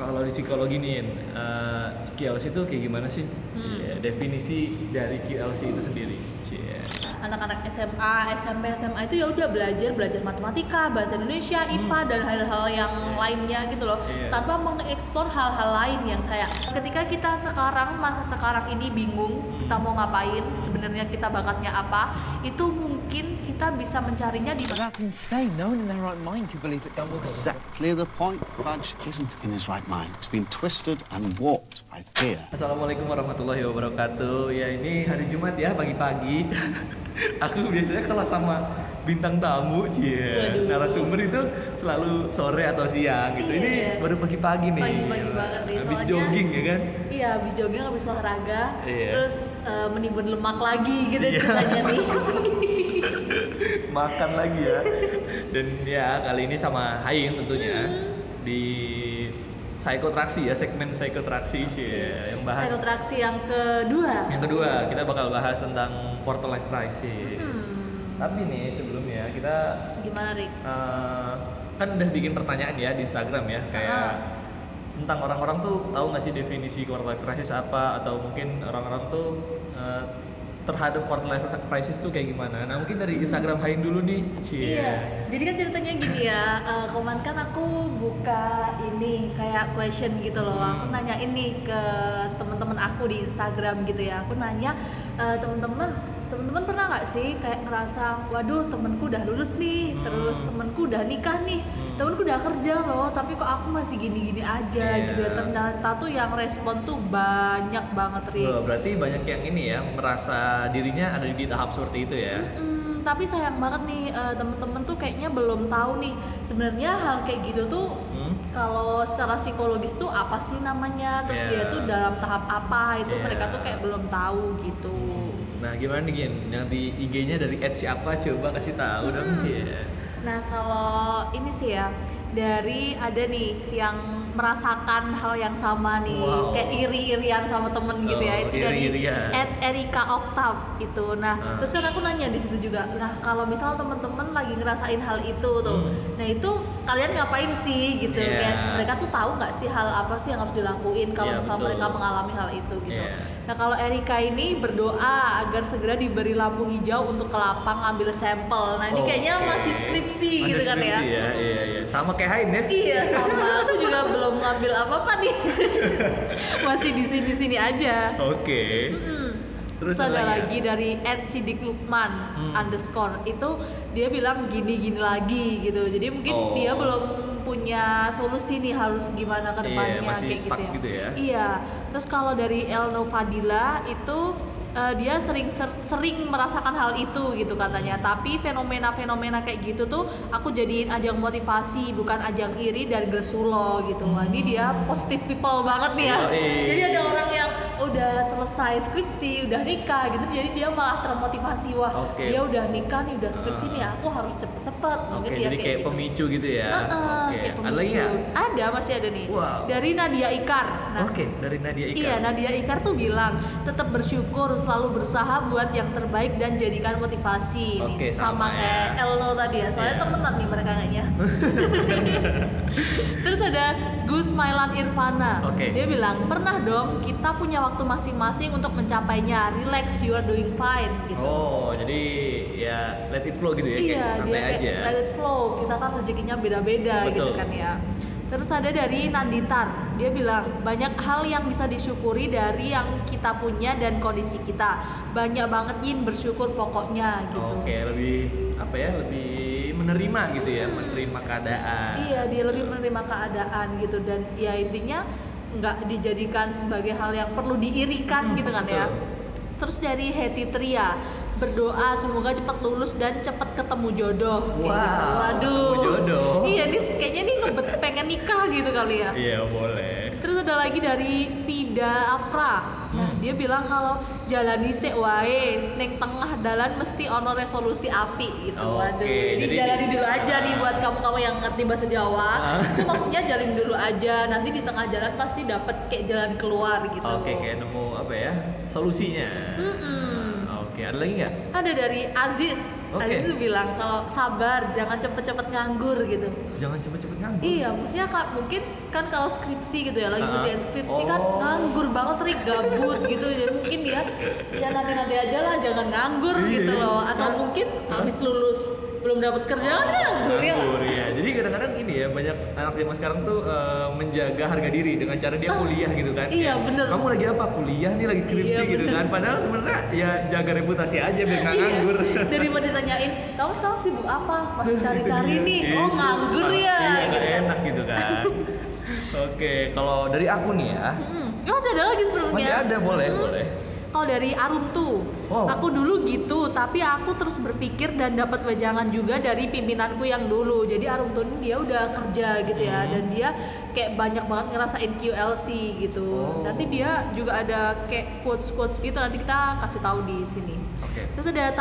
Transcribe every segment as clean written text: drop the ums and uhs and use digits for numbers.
Kalau di psikologi nih, QLC itu kayak gimana sih? Ya, definisi dari QLC itu sendiri. Anak-anak SMA, SMP, SMA itu ya udah belajar matematika, bahasa Indonesia, IPA dan hal-hal yang lainnya gitu loh. Tanpa mengeksplor hal-hal lain yang kayak ketika kita masa sekarang ini bingung kita mau ngapain, sebenarnya kita bakatnya apa, itu mungkin kita bisa mencarinya di. But that's insane. No one in their right mind could believe that double. Exactly the point. Fudge isn't in his right mind. It's been twisted and warped by fear. Assalamualaikum warahmatullahi wabarakatuh. Ya ini hari Jumat ya, pagi-pagi. Aku biasanya kalau sama bintang tamu, narasumber itu selalu sore atau siang gitu. Ini baru pagi-pagi nih. Pagi-pagi banget nih. Habis jogging ya kan? Iya, habis jogging, habis olahraga, terus menimbun lemak lagi gitu ceritanya nih. Makan lagi ya. Dan ya kali ini sama Hain tentunya di psikotraksi ya, segmen psikotraksi sih ya, yang bahas psikotraksi yang kedua. Yang kedua, kita bakal bahas tentang quarter life crisis. Tapi nih sebelumnya kita gimana, Rik? Kan udah bikin pertanyaan ya di Instagram ya, kayak tentang orang-orang tuh tahu nggak sih definisi quarter life crisis apa, atau mungkin orang-orang tuh terhadap quarter life crisis tuh kayak gimana? Nah mungkin dari Instagram Hain dulu nih. Iya. Jadi kan ceritanya gini ya, kemarin kan aku buka ini kayak question gitu loh. Aku nanya ini ke teman-teman aku di Instagram gitu ya. Aku nanya teman-teman pernah nggak sih kayak ngerasa, waduh temenku udah lulus nih, terus temenku udah nikah nih, temenku udah kerja loh, tapi kok aku masih gini-gini aja gitu. Ternyata tuh yang respon tuh banyak banget, Rik. Berarti banyak yang ini ya, merasa dirinya ada di tahap seperti itu ya. Tapi sayang banget nih, temen-temen tuh kayaknya belum tahu nih sebenarnya hal kayak gitu tuh kalau secara psikologis tuh apa sih namanya, terus dia tuh dalam tahap apa itu mereka tuh kayak belum tahu gitu. Nah gimana nih Gin, yang di IG-nya dari @siapa coba kasih tahu dong. Nah kalau ini sih ya, dari ada nih yang merasakan hal yang sama nih, kayak iri-irian sama temen gitu ya, itu dari @erika Octav itu. Nah terus kan aku nanya di situ juga, nah kalau misal temen-temen lagi ngerasain hal itu tuh, nah itu kalian ngapain sih gitu, kayak mereka tuh tahu nggak sih hal apa sih yang harus dilakuin kalau misal mereka mengalami hal itu gitu. Nah kalau Erika ini berdoa agar segera diberi lampu hijau untuk ke lapang ambil sampel. Nah ini kayaknya masih skripsi gitu kan ya. Iya. Sama kayak Hain ya? Iya sama, aku juga belum ngambil apa-apa nih. Masih di sini-sini aja. Oke. Terus ada lagi dari @sidiklukman _ itu dia bilang gini-gini lagi gitu. Jadi mungkin dia belum punya solusi nih harus gimana ke depannya masih kayak stuck gitu ya. Iya. Terus kalau dari Elno Fadila itu dia sering merasakan hal itu gitu katanya, tapi fenomena kayak gitu tuh aku jadiin ajang motivasi bukan ajang iri dan gersulo gitu. Wah ini dia positive people banget nih ya. Jadi ada orang yang udah selesai skripsi, udah nikah gitu, jadi dia malah termotivasi, wah dia udah nikah nih, udah skripsi nih, aku harus cepet-cepet. Mungkin dia jadi kayak gitu. Pemicu gitu ya. Kayak pemicu. Ada, masih ada nih. Dari Nadia Ikar. Nah, dari Nadia Ikar. Iya, Nadia Ikar tuh bilang tetap bersyukur, selalu berusaha buat yang terbaik dan jadikan motivasi. Nih, sama kayak Elno tadi ya, soalnya temenan nih mereka kayaknya. Terus ada Gus Mailan Irvana. Dia bilang, pernah dong kita punya waktu masing-masing untuk mencapainya. Relax, you are doing fine gitu. Jadi ya let it flow gitu ya, kayak santai aja. Let it flow, kita kan rezekinya beda-beda gitu kan ya. Terus ada dari Nanditar, dia bilang banyak hal yang bisa disyukuri dari yang kita punya dan kondisi kita. Banyak banget Yin bersyukur pokoknya gitu. Lebih menerima gitu ya, menerima keadaan. Iya, dia lebih menerima keadaan gitu, dan ya intinya nggak dijadikan sebagai hal yang perlu diirikan gitu kan ya. Terus dari Heti Tria, berdoa semoga cepat lulus dan cepat ketemu jodoh. Waduh. Jodoh. Iya, ini kayaknya nih pengen nikah gitu kali ya. Iya, boleh. Terus ada lagi dari Vida Afra. Nah, dia bilang kalau jalani sik wae ning tengah dalan mesti ono resolusi api gitu. Waduh. Ini jalani dulu aja nih buat kamu-kamu yang ngerti bahasa Jawa. Itu maksudnya jalin dulu aja, nanti di tengah jalan pasti dapet kayak jalan keluar gitu. Kayak nemu solusinya. ada lagi nggak? Ada dari Aziz. Aziz tuh bilang kalau sabar, jangan cepet-cepet nganggur gitu. Jangan cepet-cepet nganggur? Iya, maksudnya mungkin kan kalau skripsi gitu ya, lagi ngerjain skripsi kan nganggur banget, Rik, gabut gitu. Jadi mungkin dia ya nanti aja lah, jangan nganggur gitu loh. Atau mungkin habis lulus belum dapat kerjaan nganggur ya. Jadi kadang-kadang ini ya, banyak anak zaman sekarang tuh menjaga harga diri dengan cara dia kuliah gitu kan. Iya, bener. Kamu lagi apa? Kuliah nih, lagi skripsi gitu kan. Padahal sebenarnya ya jaga reputasi aja biar nggak nganggur. Daripada ditanyain, kamu sekarang sibuk apa? Masih cari-cari nih. Oh, nganggur ya. Iya, nggak enak gitu kan. Oke, kalau dari aku nih ya. Masih ada lagi sebenarnya. Masih ada, boleh. Kalau dari Arum tuh, aku dulu gitu, tapi aku terus berpikir dan dapat wejangan juga dari pimpinanku yang dulu. Jadi Arum tuh dia udah kerja gitu ya, dan dia kayak banyak banget ngerasain QLC gitu. Nanti dia juga ada kayak quotes gitu, nanti kita kasih tahu di sini. Terus ada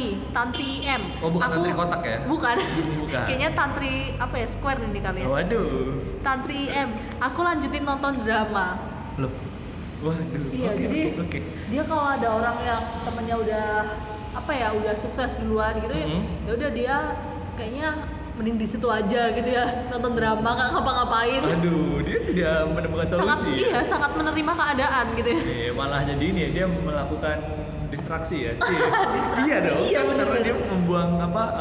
Tantri M. Oh, bukan Tantri kotak ya? Bukan. Kayaknya Tantri apa ya, square ini kali ya. Waduh. Tantri M. Aku lanjutin nonton drama. Loh. Waduh. Iya, jadi dia kalau ada orang yang temennya udah udah sukses duluan gitu ya udah dia kayaknya mending di situ aja gitu ya, nonton drama, nggak ngapa-ngapain. Aduh, dia tidak menemukan solusi. Sangat menerima keadaan gitu ya. Malah jadi ini dia melakukan distraksi ya. Iya dong. Iya, karena dia membuang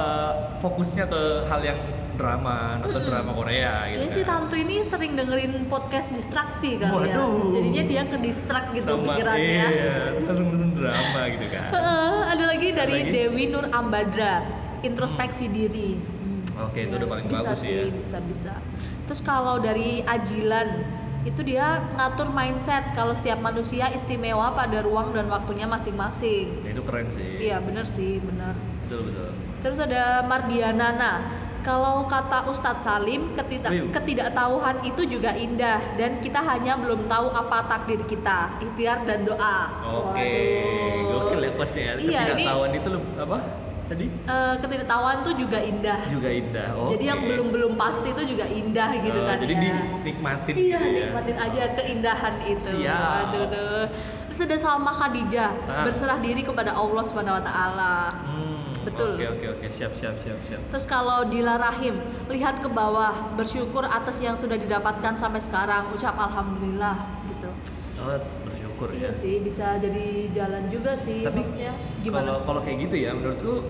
fokusnya ke hal yang drama, nonton drama Korea gitu. Iya kan. si Tantri ini sering dengerin podcast distraksi kali ya. Jadinya dia ke distract gitu pikirannya. Iya, langsung nonton drama gitu kan. Ada lagi dari Dewi Nur Ambadra, introspeksi diri. Oke, itu udah paling bagus sih, ya. Bisa. Terus kalau dari Ajilan, itu dia ngatur mindset kalau setiap manusia istimewa pada ruang dan waktunya masing-masing. Itu keren sih. Iya, bener. Betul. Terus ada Mardianana. Kalau kata Ustadz Salim, ketidaktahuan itu juga indah dan kita hanya belum tahu apa takdir kita. Ikhtiar dan doa. Oke, gokil ya quotes-nya. Ketidaktahuan itu apa tadi? Ketidaktahuan itu juga indah. Jadi yang belum pasti itu juga indah gitu kan. Jadi ya. dinikmatin. Iya, nikmatin aja keindahan itu. Siap. Aduh. Terus ada Salma Khadijah, berserah diri kepada Allah Subhanahu wa taala. Betul. Oke. Siap. Terus kalau Dila Rahim, lihat ke bawah, bersyukur atas yang sudah didapatkan sampai sekarang, ucap alhamdulillah gitu. Oh, bersyukur ya. Iya sih, bisa jadi jalan juga sih. Tapi maksudnya gimana? Kalau kayak gitu ya, menurutku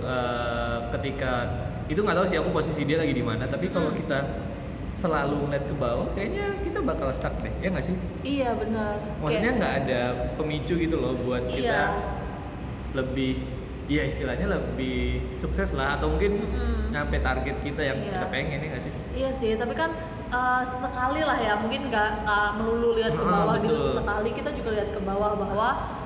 ketika itu nggak tahu sih aku posisi dia lagi di mana, tapi kalau kita selalu ngeliat ke bawah, kayaknya kita bakal stuck deh, ya nggak sih? Iya benar. Maksudnya nggak ada pemicu gitu loh buat kita lebih. Iya, istilahnya lebih sukses lah, atau mungkin nyampe target kita yang kita pengen, ya nggak sih? Iya sih, tapi kan sesekali lah ya, mungkin nggak melulu lihat ke bawah gitu. Sekali kita juga lihat ke bawah bahwa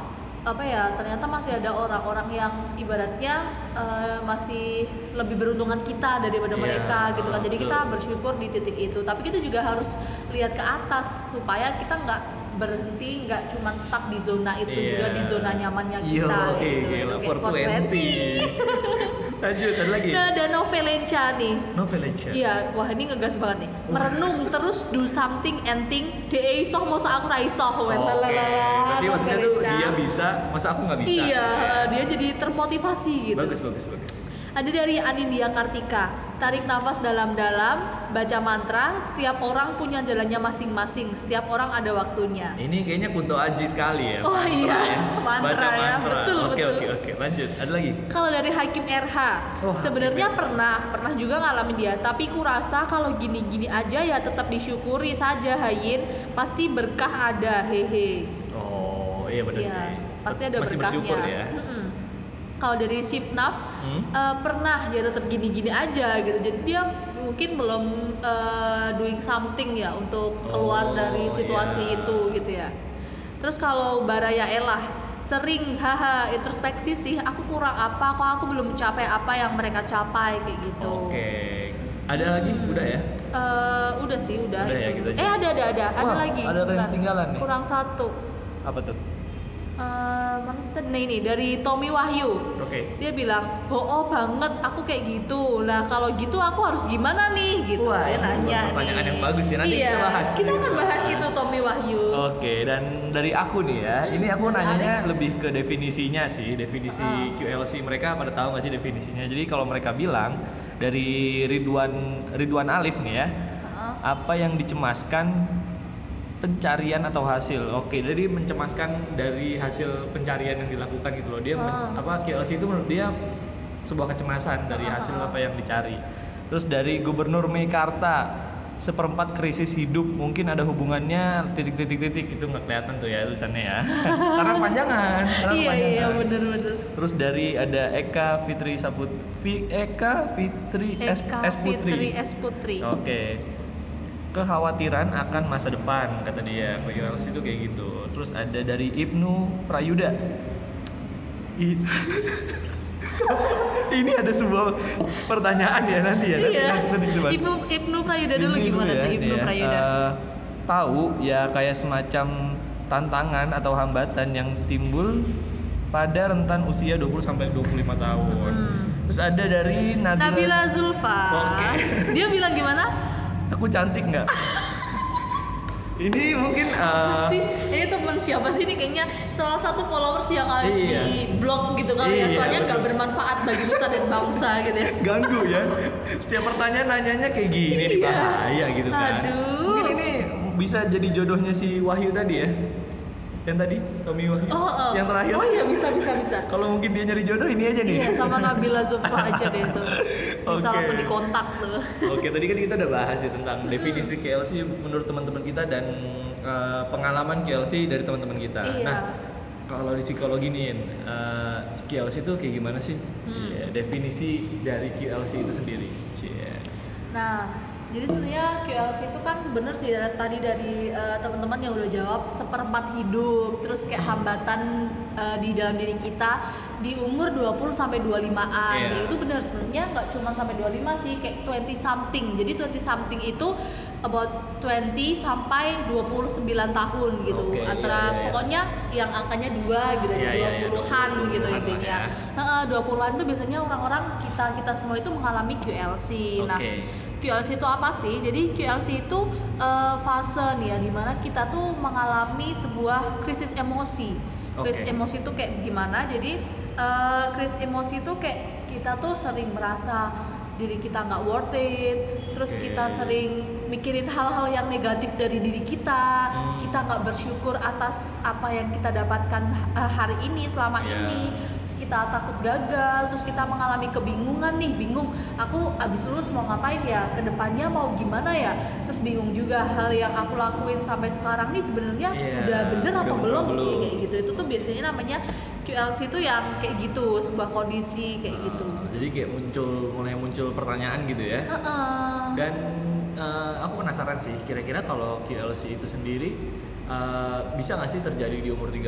ternyata masih ada orang-orang yang ibaratnya masih lebih beruntungan kita daripada mereka gitu kan. Jadi kita bersyukur di titik itu, tapi kita juga harus lihat ke atas supaya kita nggak berhenti, nggak cuma stuck di zona itu, juga di zona nyamannya kita. Gila, 420. Lanjut, ada lagi? Nah, ada Novelenca nih. Novelenca? Iya, wah ini ngegas banget nih. Merenung terus do something and think, de isoh masa aku raisoh. Berarti maksudnya tuh dia bisa, masa aku nggak bisa? Iya, dia jadi termotivasi gitu. Bagus. Ada dari Anindya Kartika, tarik nafas dalam-dalam, baca mantra, setiap orang punya jalannya masing-masing, setiap orang ada waktunya. Ini kayaknya Kunto Aji sekali ya. Oh iya, mantra baca ya, mantra. betul. Oke, lanjut, ada lagi? Kalau dari Hakim RH, sebenarnya pernah juga ngalamin dia, tapi kurasa kalau gini-gini aja ya tetap disyukuri saja Hayin, pasti berkah ada, hehe. Oh iya benar sih. Pasti ada masih berkahnya. Bersyukur ya. Kalau dari Sifnaf, pernah dia tetap gini-gini aja gitu. Jadi dia mungkin belum doing something ya untuk keluar dari situasi itu gitu ya. Terus kalau Baraya Elah, sering introspeksi sih, aku kurang apa, kok aku belum mencapai apa yang mereka capai kayak gitu. Oke. Ada lagi? Udah ya? Udah sih, udah ya, gitu aja. Ada lagi. Ada yang ketinggalan nih. Kurang satu. Apa tuh? Mana ini dari Tommy Wahyu. Dia bilang, banget aku kayak gitu. Nah kalau gitu aku harus gimana nih gitu. Wah, dia nanya pertanyaan yang bagus ya, nanti kita bahas. Kita akan bahas itu Tommy Wahyu. Oke, dan dari aku nih ya, ini aku nanyanya lebih ke definisinya sih, definisi QLC. Mereka pada tahu nggak sih definisinya? Jadi kalau mereka bilang dari Ridwan Alif nih ya, apa yang dicemaskan pencarian atau hasil. Oke, jadi mencemaskan dari hasil pencarian yang dilakukan gitu loh. Dia QLC itu menurut dia sebuah kecemasan dari hasil apa yang dicari. Terus dari Gubernur Meikarta, seperempat krisis hidup mungkin ada hubungannya titik-titik itu nggak kelihatan tuh ya tulisannya ya karena kepanjangan. Iya bener. Terus dari ada Eka Fitri S Putri. Oke. Kekhawatiran akan masa depan kata dia. QLC itu kayak gitu. Terus ada dari Ibnu Prayuda. Ini ada sebuah pertanyaan ya nanti ya. Nanti Ibnu Prayuda dulu gimana tuh Ibnu Prayuda? Tahu ya kayak semacam tantangan atau hambatan yang timbul pada rentan usia 20 sampai 25 tahun. Terus ada dari Nabila Zulfa. Oke. Dia bilang gimana? Aku cantik nggak? Ini mungkin ini teman siapa sih ini kayaknya salah satu followers yang harus di blog gitu kali ya, soalnya nggak bermanfaat bagi nusa dan bangsa gitu ya. Ganggu ya, setiap pertanyaan nanyanya kayak gini nih, bahaya gitu kan. Mungkin ini bisa jadi jodohnya si Wahyu tadi ya, yang tadi Tommy Wahyu yang terakhir. Oh iya bisa. Kalau mungkin dia nyari jodoh ini aja nih. Iya, sama Nabila Zulfa aja deh itu. Bisa langsung dikontak tuh. Oke, tadi kan kita udah bahas ya tentang definisi QLC menurut teman-teman kita dan pengalaman QLC dari teman-teman kita. Iya. Nah, kalau di psikologi nih, QLC itu kayak gimana sih? Ya, definisi dari QLC itu sendiri. Nah, jadi sebenarnya QLC itu kan bener sih tadi dari teman-teman yang udah jawab seperempat hidup, terus kayak hambatan di dalam diri kita di umur 20 sampai 25-an. Ya, itu bener sebenarnya nggak cuma sampai 25 sih, kayak 20 something. Jadi 20 something itu about 20 sampai 29 tahun gitu. Pokoknya yang angkanya 2 gitu, 20-an gitu intinya. 20-an itu biasanya orang-orang kita semua itu mengalami QLC. Nah, QLC itu apa sih? Jadi QLC itu fase nih ya, dimana kita tuh mengalami sebuah krisis emosi. Krisis emosi itu kayak gimana? Jadi krisis emosi itu kayak kita tuh sering merasa diri kita nggak worth it, terus kita sering mikirin hal-hal yang negatif dari diri kita, kita nggak bersyukur atas apa yang kita dapatkan hari ini selama ini, terus kita takut gagal, terus kita mengalami kebingungan nih, bingung aku abis lulus mau ngapain ya, kedepannya mau gimana ya, terus bingung juga hal yang aku lakuin sampai sekarang nih sebenarnya udah bener apa belum sih kayak gitu. Itu tuh biasanya namanya QLC itu yang kayak gitu, sebuah kondisi kayak gitu. Jadi kayak mulai muncul pertanyaan gitu ya. Dan aku penasaran sih, kira-kira kalau QLC itu sendiri bisa nggak sih terjadi di umur 30?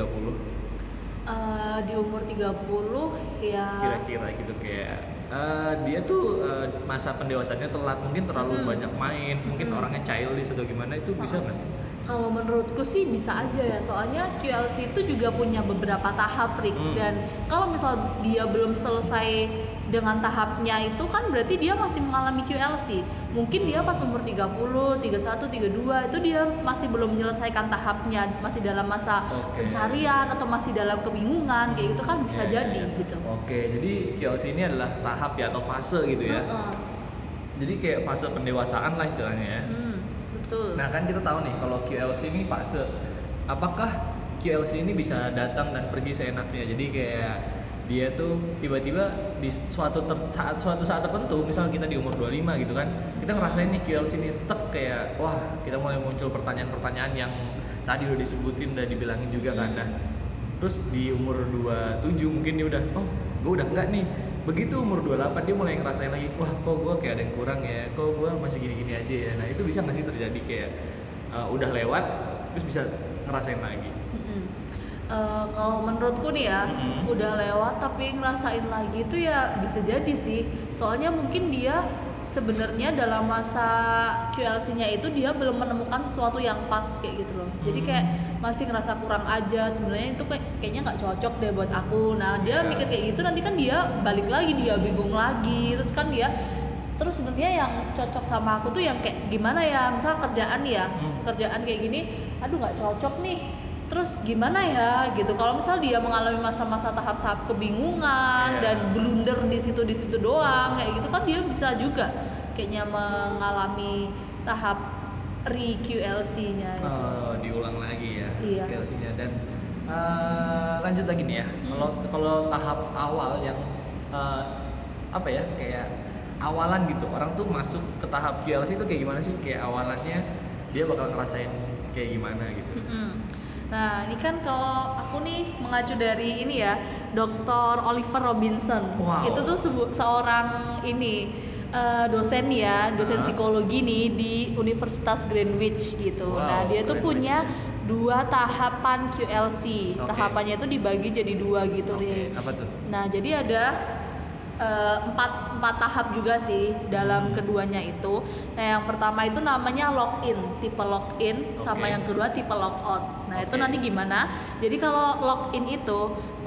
Di umur 30 ya. Kira-kira gitu kayak dia tuh masa pendewasannya telat, mungkin terlalu banyak main, mungkin orangnya childish atau gimana, itu bisa nggak sih? Kalau menurutku sih bisa aja ya, soalnya QLC itu juga punya beberapa tahap, Rick. Dan kalau misal dia belum selesai dengan tahapnya itu kan berarti dia masih mengalami QLC. Mungkin dia pas umur 30, 31, 32 itu dia masih belum menyelesaikan tahapnya, masih dalam masa pencarian atau masih dalam kebingungan, kayak gitu kan bisa jadi gitu. Jadi QLC ini adalah tahap ya atau fase gitu ya. Jadi kayak fase pendewasaan lah istilahnya ya. Betul. Nah kan kita tahu nih kalau QLC ini fase, apakah QLC ini bisa datang dan pergi seenaknya? Jadi kayak dia tuh tiba-tiba di suatu saat tertentu, misal kita di umur 25 gitu kan, kita ngerasain nih QLC ini kayak wah kita mulai muncul pertanyaan-pertanyaan yang tadi udah disebutin, udah dibilangin juga kan. Nah terus di umur 27 mungkin dia udah gue udah enggak nih. Begitu umur 28 dia mulai ngerasain lagi, wah kok gue kayak ada yang kurang ya, kok gue masih gini-gini aja ya. Nah itu bisa nggak sih terjadi kayak udah lewat terus bisa ngerasain lagi? Kalau menurutku nih ya, udah lewat tapi ngerasain lagi itu ya bisa jadi sih. Soalnya mungkin dia sebenarnya dalam masa QLC-nya itu dia belum menemukan sesuatu yang pas kayak gitu loh. Jadi kayak masih ngerasa kurang aja, sebenarnya itu kayaknya nggak cocok deh buat aku. Nah dia mikir kayak gitu, nanti kan dia balik lagi, dia bingung lagi, terus kan dia terus sebenarnya yang cocok sama aku tuh yang kayak gimana ya, misal kerjaan ya, kerjaan kayak gini, aduh nggak cocok nih, terus gimana ya gitu. Kalau misal dia mengalami masa-masa tahap-tahap kebingungan dan blunder di situ doang kayak gitu kan, dia bisa juga kayaknya mengalami tahap re-QLC-nya gitu. Diulang lagi ya QLC-nya. Dan lanjut lagi nih ya. Kalau tahap awal yang apa ya, kayak awalan gitu, orang tuh masuk ke tahap QLC itu kayak gimana sih? Kayak awalannya dia bakal ngerasain kayak gimana gitu. Nah ini kan kalau aku nih mengacu dari ini ya, Dr. Oliver Robinson. Itu tuh seorang ini dosen psikologi nih di Universitas Greenwich gitu. Nah dia tuh punya 2 tahapan QLC. Tahapannya itu dibagi jadi 2 gitu. Apa tuh? Nah jadi ada 4 tahap juga sih dalam keduanya itu. Nah yang pertama itu namanya lock-in, tipe lock-in, sama yang kedua tipe lock-out. Nah itu nanti gimana? Jadi kalau lock-in itu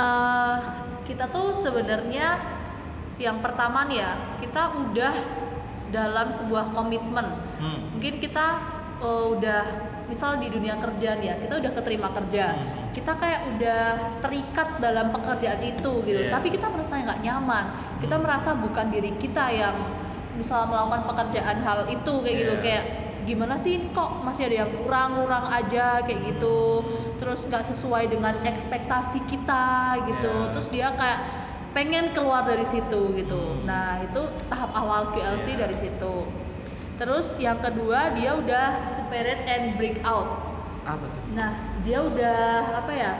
kita tuh sebenarnya yang pertama nih ya, kita udah dalam sebuah komitmen. Mungkin kita udah misal di dunia kerja nih ya, kita udah keterima kerja, kita kayak udah terikat dalam pekerjaan itu gitu, tapi kita merasa nggak nyaman, kita merasa bukan diri kita yang misal melakukan pekerjaan hal itu kayak gitu, kayak gimana sih kok masih ada yang kurang aja kayak gitu, terus nggak sesuai dengan ekspektasi kita gitu, terus dia kayak pengen keluar dari situ gitu. Nah itu tahap awal QLC dari situ. Terus yang kedua dia udah separate and break out. Apa tuh? Nah dia udah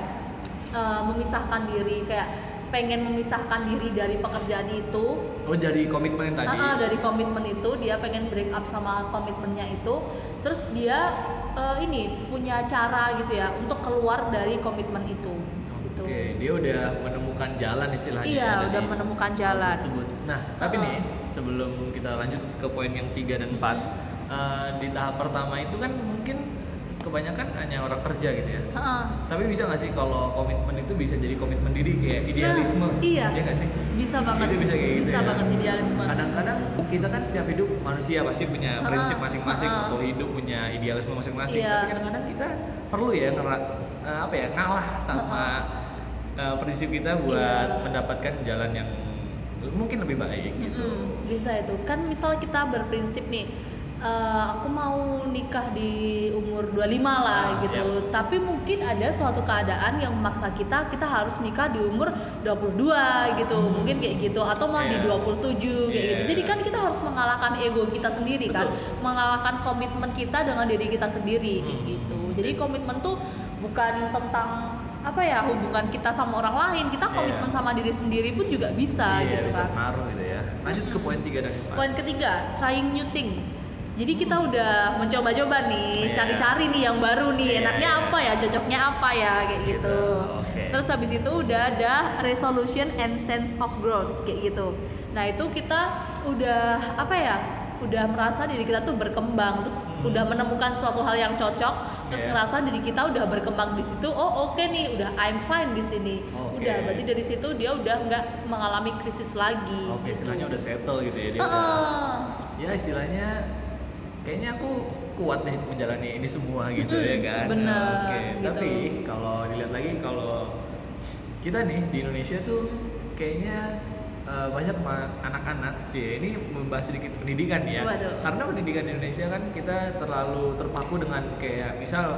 memisahkan diri, kayak pengen memisahkan diri dari pekerjaan itu. Dari komitmen yang tadi. Dari komitmen itu dia pengen break up sama komitmennya itu. Terus dia ini punya cara gitu ya untuk keluar dari komitmen itu. Dia udah menemukan jalan istilahnya. Iya, udah menemukan jalan tersebut. Nah, tapi nih sebelum kita lanjut ke poin yang 3 dan 4, di tahap pertama itu kan mungkin kebanyakan hanya orang kerja gitu ya. Tapi bisa nggak sih kalau komitmen itu bisa jadi komitmen diri kayak idealisme? Iya nggak sih? Bisa banget. Bisa kayak gitu. Bisa banget idealisme. Kadang-kadang kita kan setiap hidup manusia pasti punya prinsip masing-masing untuk hidup, punya idealisme masing-masing. Tapi kadang-kadang kita perlu ya ngalah sama prinsip kita buat mendapatkan jalan yang mungkin lebih baik gitu. Bisa itu kan, misal kita berprinsip nih, aku mau nikah di umur 25 lah gitu. Tapi mungkin ada suatu keadaan yang memaksa kita harus nikah di umur 22 gitu. Mungkin kayak gitu, atau malah di 27 kayak gitu. Jadi kan kita harus mengalahkan ego kita sendiri. Kan, mengalahkan komitmen kita dengan diri kita sendiri kayak gitu. Jadi komitmen tuh bukan tentang hubungan kita sama orang lain, kita komitmen sama diri sendiri pun juga bisa gitu bisa kan. Pengaruh gitu ya. Lanjut ke poin 3 dan 4. Poin ketiga, trying new things. Jadi kita udah mencoba-coba nih, cari-cari nih yang baru nih, enaknya apa ya, cocoknya apa ya kayak gitu. Terus habis itu udah ada resolution and sense of growth kayak gitu. Nah itu kita udah udah merasa diri kita tuh berkembang, terus udah menemukan suatu hal yang cocok, terus ngerasa diri kita udah berkembang di situ. Oke nih, udah I'm fine di sini. Udah, berarti dari situ dia udah nggak mengalami krisis lagi. Gitu. Istilahnya udah settle gitu ya dia. Ya istilahnya kayaknya aku kuat deh menjalani ini semua gitu ya kan. Bener. Gitu. Tapi kalau dilihat lagi, kalau kita nih di Indonesia tuh kayaknya banyak anak-anak sih, ini membahas sedikit pendidikan ya. Karena pendidikan di Indonesia kan kita terlalu terpaku dengan kayak misal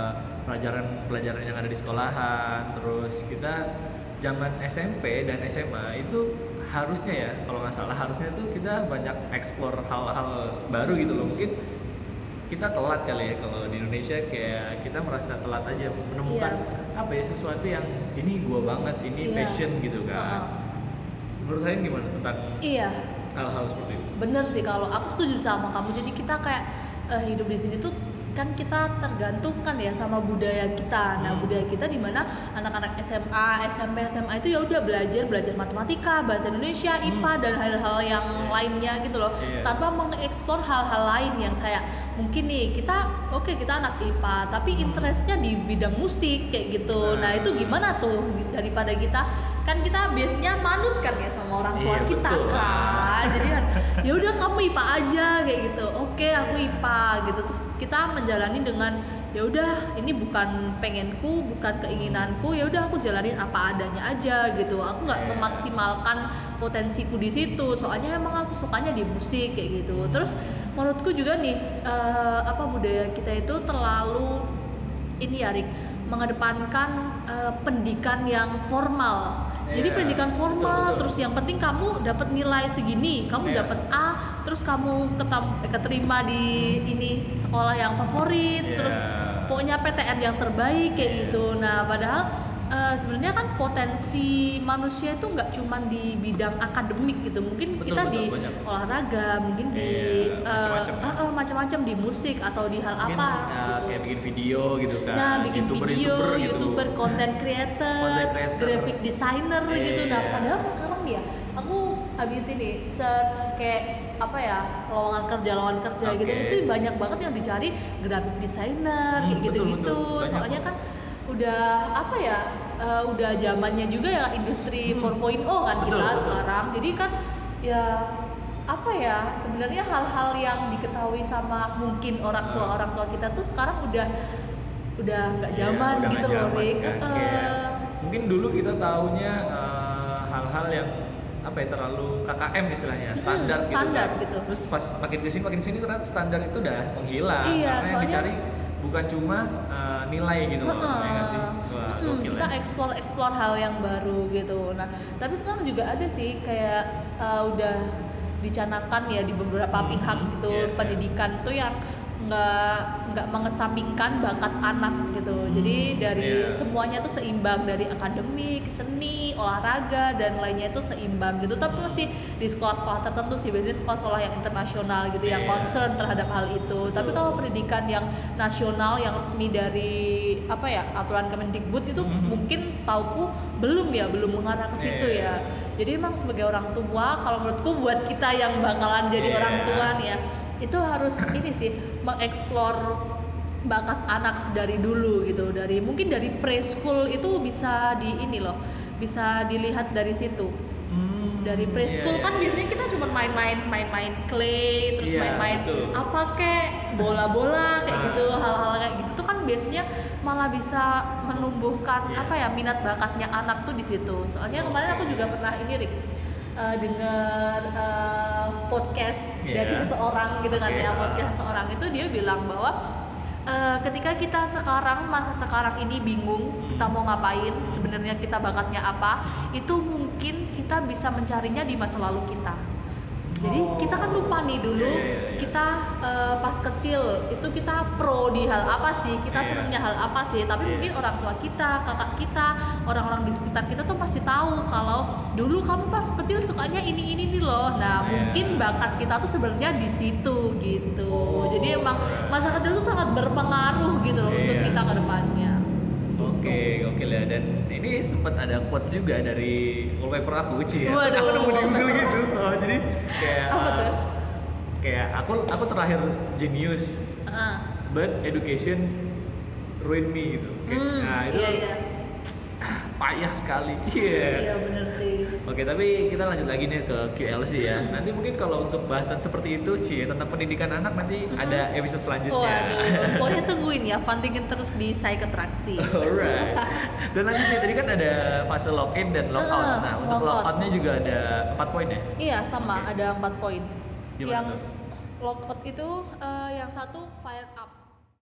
pelajaran yang ada di sekolahan, terus kita zaman SMP dan SMA itu harusnya ya, kalau nggak salah harusnya tuh kita banyak explore hal-hal baru gitu loh. Mungkin kita telat kali ya kalau di Indonesia, kayak kita merasa telat aja menemukan sesuatu yang ini gua banget, ini passion gitu kan. Menurut saya gimana tentang hal-hal seperti itu? Bener sih, kalau aku setuju sama kamu. Jadi kita kayak hidup di sini tuh kan kita tergantung kan ya sama budaya kita. Nah budaya kita di mana anak-anak SMA, SMP, SMA itu ya udah belajar matematika, bahasa Indonesia, IPA dan hal-hal yang lainnya gitu loh, tanpa mengeksplor hal-hal lain yang kayak mungkin nih kita anak IPA tapi interestnya di bidang musik kayak gitu. Nah itu gimana tuh, daripada kita biasanya manut kan ya sama orang tua kita kan. Jadi kan ya udah kamu IPA aja kayak gitu. Oke, aku IPA gitu. Terus kita menjalani dengan ya udah ini bukan pengenku, bukan keinginanku, ya udah aku jalanin apa adanya aja gitu. Aku nggak memaksimalkan potensiku di situ, soalnya emang aku sukanya di musik kayak gitu. Terus menurutku juga nih budaya kita itu terlalu ini ya Rik, mengedepankan pendidikan yang formal. Jadi pendidikan formal, betul. Terus yang penting kamu dapat nilai segini, kamu dapat A, terus kamu keterima di ini sekolah yang favorit, terus pokoknya PTN yang terbaik kayak gitu. Nah, padahal sebenarnya kan potensi manusia itu nggak cuma di bidang akademik gitu, mungkin kita di banyak. Olahraga, mungkin di macam-macam di musik atau di hal mungkin, apa gitu. Kayak bikin video gitu kan. Nah, bikin YouTuber, content creator, graphic designer gitu. Nah, padahal sekarang ya aku habis ini search kayak lowongan kerja gitu, itu banyak banget yang dicari graphic designer kayak gitu-gitu. Soalnya kan udah udah zamannya juga ya industri 4.0 kan kita sekarang. Jadi kan ya sebenarnya hal-hal yang diketahui sama mungkin orang tua kita tuh sekarang udah nggak zaman gitu loh, Rick. Mungkin dulu kita taunya hal-hal yang terlalu KKM istilahnya, standar gitu. Terus pas makin kesini ternyata standar itu udah menghilang. Iya, karena yang dicari bukan cuma nilai gitu loh, ya nggak sih? Kita explore hal yang baru gitu. Nah, tapi sekarang juga ada sih kayak udah dicanangkan ya di beberapa pihak gitu, pendidikan tuh yang nggak mengesampingkan bakat anak gitu. Jadi dari semuanya tuh seimbang, dari akademik, seni, olahraga dan lainnya itu seimbang gitu. Tapi masih di sekolah-sekolah tertentu sih, biasanya sekolah-sekolah yang internasional gitu yang concern terhadap hal itu. Tapi kalau pendidikan yang nasional yang resmi dari aturan Kemendikbud itu mungkin setauku belum mengarah ke situ ya. Jadi emang sebagai orang tua, kalau menurutku buat kita yang bakalan jadi orang tua nih ya, itu harus ini sih mengeksplor bakat anak sedari dulu gitu, mungkin dari preschool itu bisa bisa dilihat dari situ. Dari preschool kan biasanya kita cuma main clay, terus main apa kek bola-bola kayak gitu, hal-hal kayak gitu tuh kan biasanya malah bisa menumbuhkan minat bakatnya anak tuh di situ. Soalnya kemarin aku juga pernah ini Rick, dengar podcast dari seseorang gitu kan podcast seseorang itu dia bilang bahwa ketika kita masa sekarang ini bingung kita mau ngapain, sebenarnya kita bakatnya apa, itu mungkin kita bisa mencarinya di masa lalu kita. Jadi kita kan lupa nih dulu kita pas kecil itu kita pro di hal apa sih, kita senangnya hal apa sih, tapi mungkin orang tua kita, kakak kita, orang-orang di sekitar kita tuh pasti tahu kalau dulu kamu pas kecil sukanya ini nih loh. Nah mungkin bakat kita tuh sebenarnya di situ gitu. Jadi emang masa kecil tuh sangat berpengaruh gitu loh untuk kita ke depannya. Gokil ya. Dan ini sempat ada quotes juga dari wallpaper aku ya. Waduh. Aku nemu di Google gitu. Jadi kayak apa tuh? Kayak aku terakhir genius, but education ruin me gitu. Nah itu payah sekali. Iya benar sih. Oke, tapi kita lanjut lagi nih ke QLC ya. Nanti mungkin kalau untuk bahasan seperti itu tentang pendidikan anak nanti ada episode selanjutnya. Waduh, pokoknya tungguin ya, pantengin terus di Psychotraksi. Alright. Dan lanjut nih, tadi kan ada fase lock-in dan lock-out. Nah, untuk lock-outnya juga ada 4 poin ya? Iya, sama, ada 4 poin. Gimana Yang tuh? lock-out itu yang satu fire up.